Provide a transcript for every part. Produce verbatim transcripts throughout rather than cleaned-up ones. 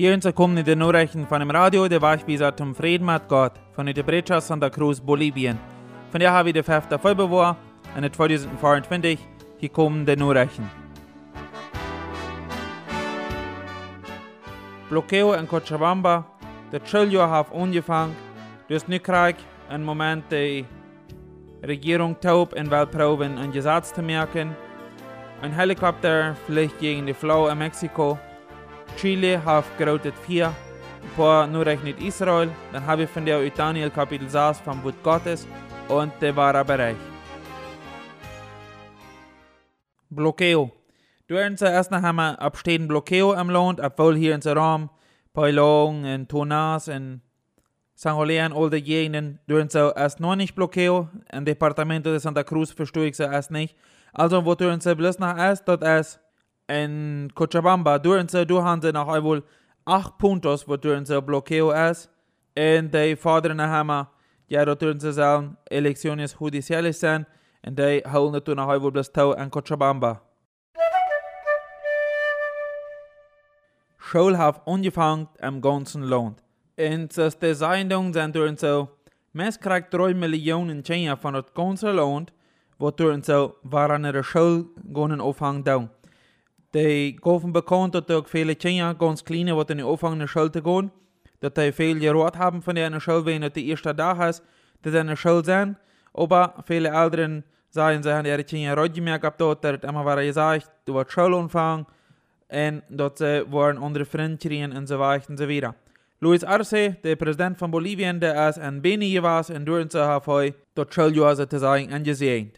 Hier in kommen die Nachrichten von dem Radio, der Wachwieser zum Frieden mit Gott, von der Brecha Santa Cruz, Bolivien. Von der habe ich der fünfte Februar, in zwanzig vierundzwanzig, hier kommen die Nachrichten. Blockeo in Cochabamba, der Schuljahr hat angefangen, durch Nükreich, im Moment die Regierung taub in Weltproben ein Gesetz zu merken. Ein Helikopter fliegt gegen die Flau in Mexiko. Chile hat geroutet vier, ein paar nur rechnet Israel. Dann habe ich von der Daniel Kapitel sechs vom Wort Gottes und der wahre Bereich. Blockeo. Du erinnerst erst noch einmal abstehenden Blockeo am Land, obwohl hier in Raum, Peilong, in Tunas, in San Jolé und all die Gegenden, du erinnerst erst noch nicht Blockeo, im Departamento de Santa Cruz verstehe ich sie erst nicht. Also, wo du erinnerst bloß noch erst, dort erst in Cochabamba, du erinnerst, du haben sie noch einmal acht Puntos, wo du erinnerst Blockeo ist. Und die fordern noch einmal, ja, dort erinnerst sollen Elecciones Judiciales sein, und die holen du noch einmal bloß Tau in Cochabamba. Schule hat angefangen am ganzen Land. Und das die Sendungen sind durch so, meist kriegt drei Millionen China von das ganze Land, wo durch so, waren ihre Schule gehen aufhängen da. Die gaven bekannt, dass auch viele China ganz kleine, die in die aufhängende Schule gehen, dass die viel geraten haben von der Schule, wenn das die erste Tag ist, dass sie in der Schule sind. Aber viele Eltern sagen, sie haben ihre China heute gemerkt, dass es immer wieder gesagt, du wirst Schule anfangen, und dass sie waren andere Freundchen und so weiter und so weiter. Luis Arce, der Präsident von Bolivien, der ist in Beni gewesen und durch so hat er das Schuljahr zu sagen angesehen.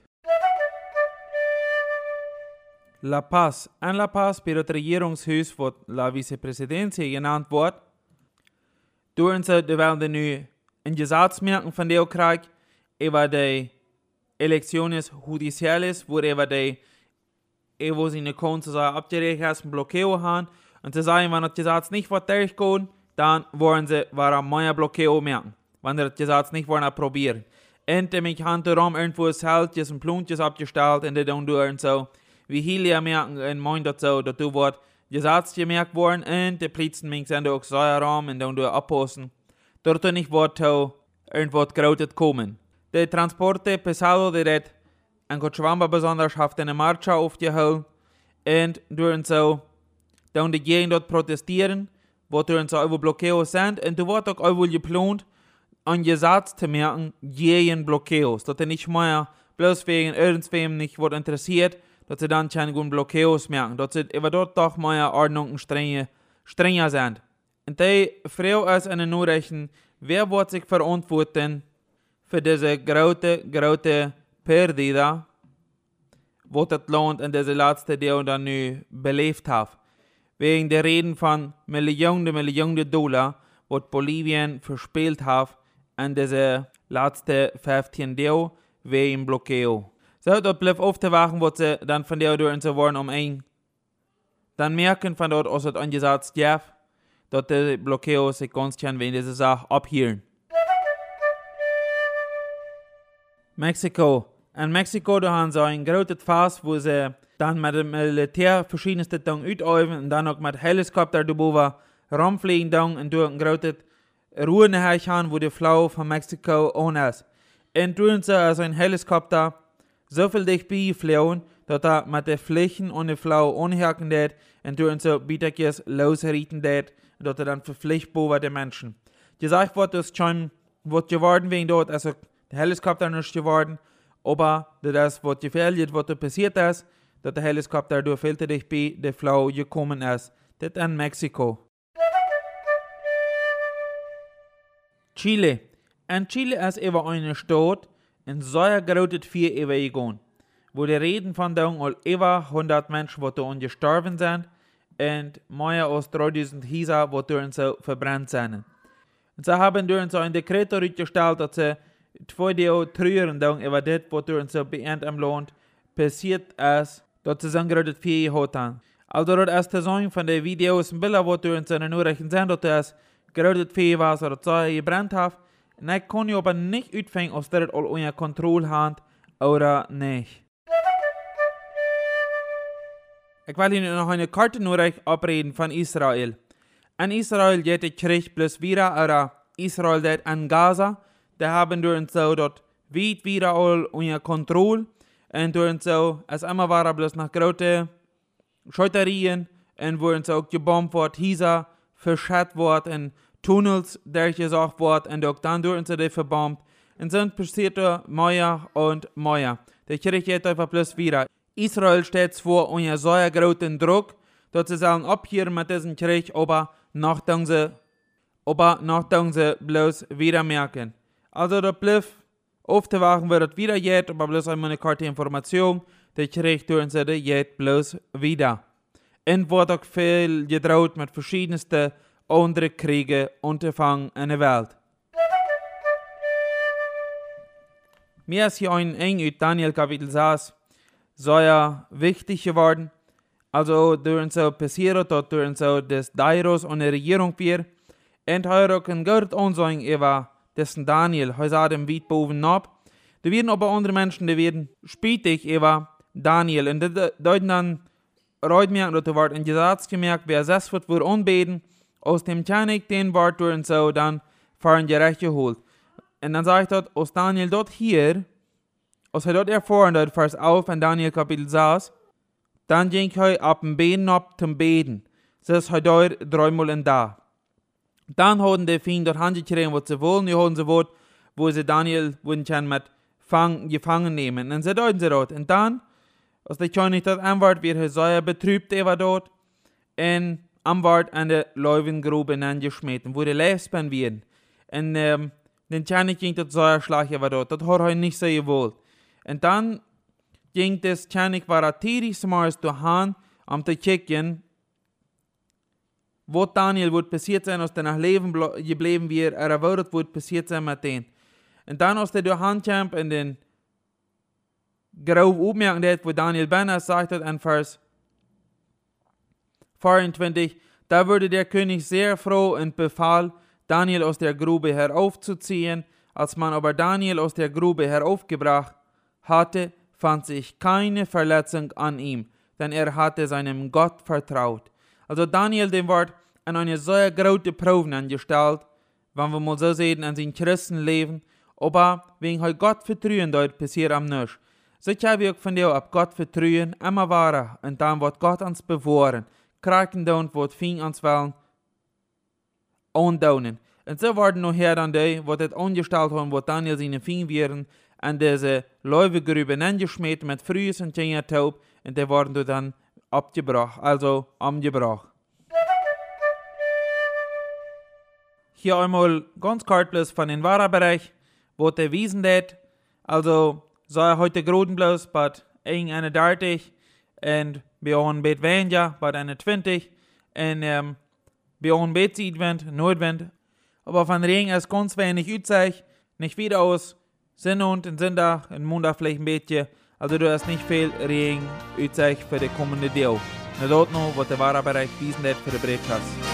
La Paz. In La Paz, bei das Regierungshaus, wo La Vicepresidencia genannt wird, durch so, die werden nu ein Gesetz merken von der Krieg über die Elecciones Judiciales, wo über die wo sie eine Konto sagen, abgerechnet hast, ein Blockeo haben, und zu sagen, wenn das Gesetz nicht wird durchgehen, dann wollen sie, warum mehr Blockeo merken, wenn das Gesetz nicht wollen probieren. Und mich haben die Raum irgendwo das Held, ein Pluntjes abgestellt, und die dann und so, wie hier merken, und meinen das so, dass du wird Gesetz gemerkt worden, und die Plitzen mich sind auch so Raum, und dann du abposten, dort nicht wird irgendwo gerautet kommen. Die Transporte Pesado, die das in Cochabamba besonders hat eine Marcha aufgeholt und durch so dann die Gegend dort protestieren, wo durch so über Blockeos sind und du wird auch über geplant, ein Gesetz zu merken gegen Blockeos, dass er nicht mehr bloß wegen irgendwem nicht wird interessiert, dass sie dann keine guten Blockeos merken, dass sie über dort doch mehr Ordnung und strenge, strenger sind. Und die Frau ist in den Nachrichten, wer wird sich verantworten für diese große, große Perdida, wo das Land in dieser letzten Jahr dann nu belebt hat. Wegen der Reden von Millionen, Millionen Dollar, was Bolivien verspielt hat in dieser letzten fünfzehn Jahren wegen Blockeo. So, dort bleibt aufzuwachen, was sie dann von der durch so waren um ein. Dann merken von dort, dass es angesetzt wird, dass die Blockeo sich ganz schön wegen dieser Sache abhielen. Mexiko. In Mexiko da haben sie ein großes Fass, wo sie dann mit dem Militär verschiedenste Dinge ausüben und dann auch mit Helikopter darüber rumfliegen dann und durch ein großes Ruhenheich haben, wo die Flau von Mexiko on ist. Und durch sie also ein Helikopter so viel dicht beifliegen, dass er mit den Flächen und der Flau anhaken wird und durch sie bietet losrieten wird und dass er dann verpflichtbar wird den Menschen. Gesagt wird, dass schon wird geworden wegen dort, also der Helikopter nicht geworden, aber das, was gefährlich was passiert ist, dass der Helikopter durch filter dich bei der Flau gekommen ist. Das in Mexiko. Chile. In Chile ist über eine Stadt in so großes vier Ewigungen, wo die Reden von der all über hundert Menschen, die da gestorben sind, und mehr als dreitausend Häuser, die durch so verbrannt sind. Und sie haben durch so ein Dekret durchgestellt, dass sie zwei Jahre trüren dann über das, was durch so beend am Land passiert ist, dass sie so ein großes vier Jahre haben. Also das ist zu sagen von den Videos und Bildern, die durch so eine Nachrichten sind, dass das großes vier Jahre war, oder so gebrannt hat. Und ich kann ja aber nicht ausfinden, ob das all unter Kontrolle hat oder nicht. Ich will Ihnen noch eine Karte nur abreden von Israel. An Israel geht der Krieg bloß wieder, oder Israel det an Gaza, da haben wir uns so dort weit wieder all unter Kontrolle, und wir uns so, als immer war er bloß nach große Scheuterien, und wo uns auch gebombt wird, Hisa verschat wird, und Tunnels durchgesucht wird, und auch dann durch uns die verbombt, und sind passiert mehr und mehr. Der Krieg geht einfach bloß wieder. Israel steht vor unter so einem großen Druck, dass sie sollen abhören mit diesem Krieg, aber nachdem sie, aber nachdem sie bloß wieder merken. Also da bleibt aufzuwachen, wird es wieder geht, aber bloß einmal eine kurze Information, der Krieg tun sie jetzt bloß wieder. Und wird auch viel gedroht mit verschiedensten anderen Kriegen unterfangen in der Welt. Mir ist hier ein eng aus Daniel Kapitel sechs sehr wichtig geworden. Also, durch so passiert, dass durch so das Dairos und die Regierung wird. Und heute kann Gott ansehen über dessen Daniel, heute sagt im Weit boven ab. Da werden aber andere Menschen, die werden spätig über Daniel. Und die deuten dann, reut merken, dass wird in Gesetz gemerkt, wer sechs wird, wird anbeten. Aus dem Tjanik, den wird durch so dann fahren gerecht geholt. Und dann sagt er, aus Daniel dort hier, als er dort erfahren hat, Vers auf in Daniel Kapitel sechs, dann ging er ab dem Beten ab zum Beten. Das ist er dort dreimal in da. Dann haben die Fienden dort angekriegt, was sie wollen, die haben sie wollen, wo sie Daniel wünschen mit fang, gefangen nehmen. Und sie deuten sie dort. Und dann, als der König dort antwortet, wird er sehr betrübt, er war dort, und antwortet an der Löwengrube angeschmissen, wo die Lesben werden. Und ähm, den König ging das sehr schlecht, er war dort. Das hat er nicht so gewollt. Und dann ging das König war er tätig, mal durch Han, um zu kicken, wo Daniel wird passiert sein, aus der nach Leben geblieben wird, er wird, wird passiert sein mit denen. Und dann, als der durch Han kam, in den Grau aufmerken hat, wo Daniel Benner sagt hat, in Vers vierundzwanzig, da wurde der König sehr froh und befahl, Daniel aus der Grube heraufzuziehen. Als man aber Daniel aus der Grube heraufgebracht hatte, fand sich keine Verletzung an ihm, denn er hatte seinem Gott vertraut. Also Daniel, dem wird an eine sehr große Probe angestellt, wenn wir mal so sehen, an sein Christenleben, aber wegen halt Gott vertrauen, dort passiert am nicht. Sicher wir von dir ab Gott vertrauen, immer wahrer, und dann wird Gott uns bewahren, kraken und wird fing uns wollen, andaunen. Und so werden noch her dann die, wo das angestellt haben, wo Daniel seine Finger werden, an diese Löwengrube angeschmissen mit Frühes und Taub, und die wurden dann abgebracht, also umgebracht. Hier einmal ganz kurz von den Warenbereich, wo der Wiesen det, also sei heute großen bloß, but eng eine dertig, und wir haben ein bet weniger, but eine zwanzig, und ähm, wir haben ein bet Südwind, Nordwind, aber von Regen ist ganz wenig Utzeich, nicht wieder aus Sinn und in Sindach, in Mundach vielleicht ein bisschen, also du hast nicht viel Regen Utzeich für die kommende Deo. Und dort noch, wo der Warenbereich Wiesen det für die Bretschatz.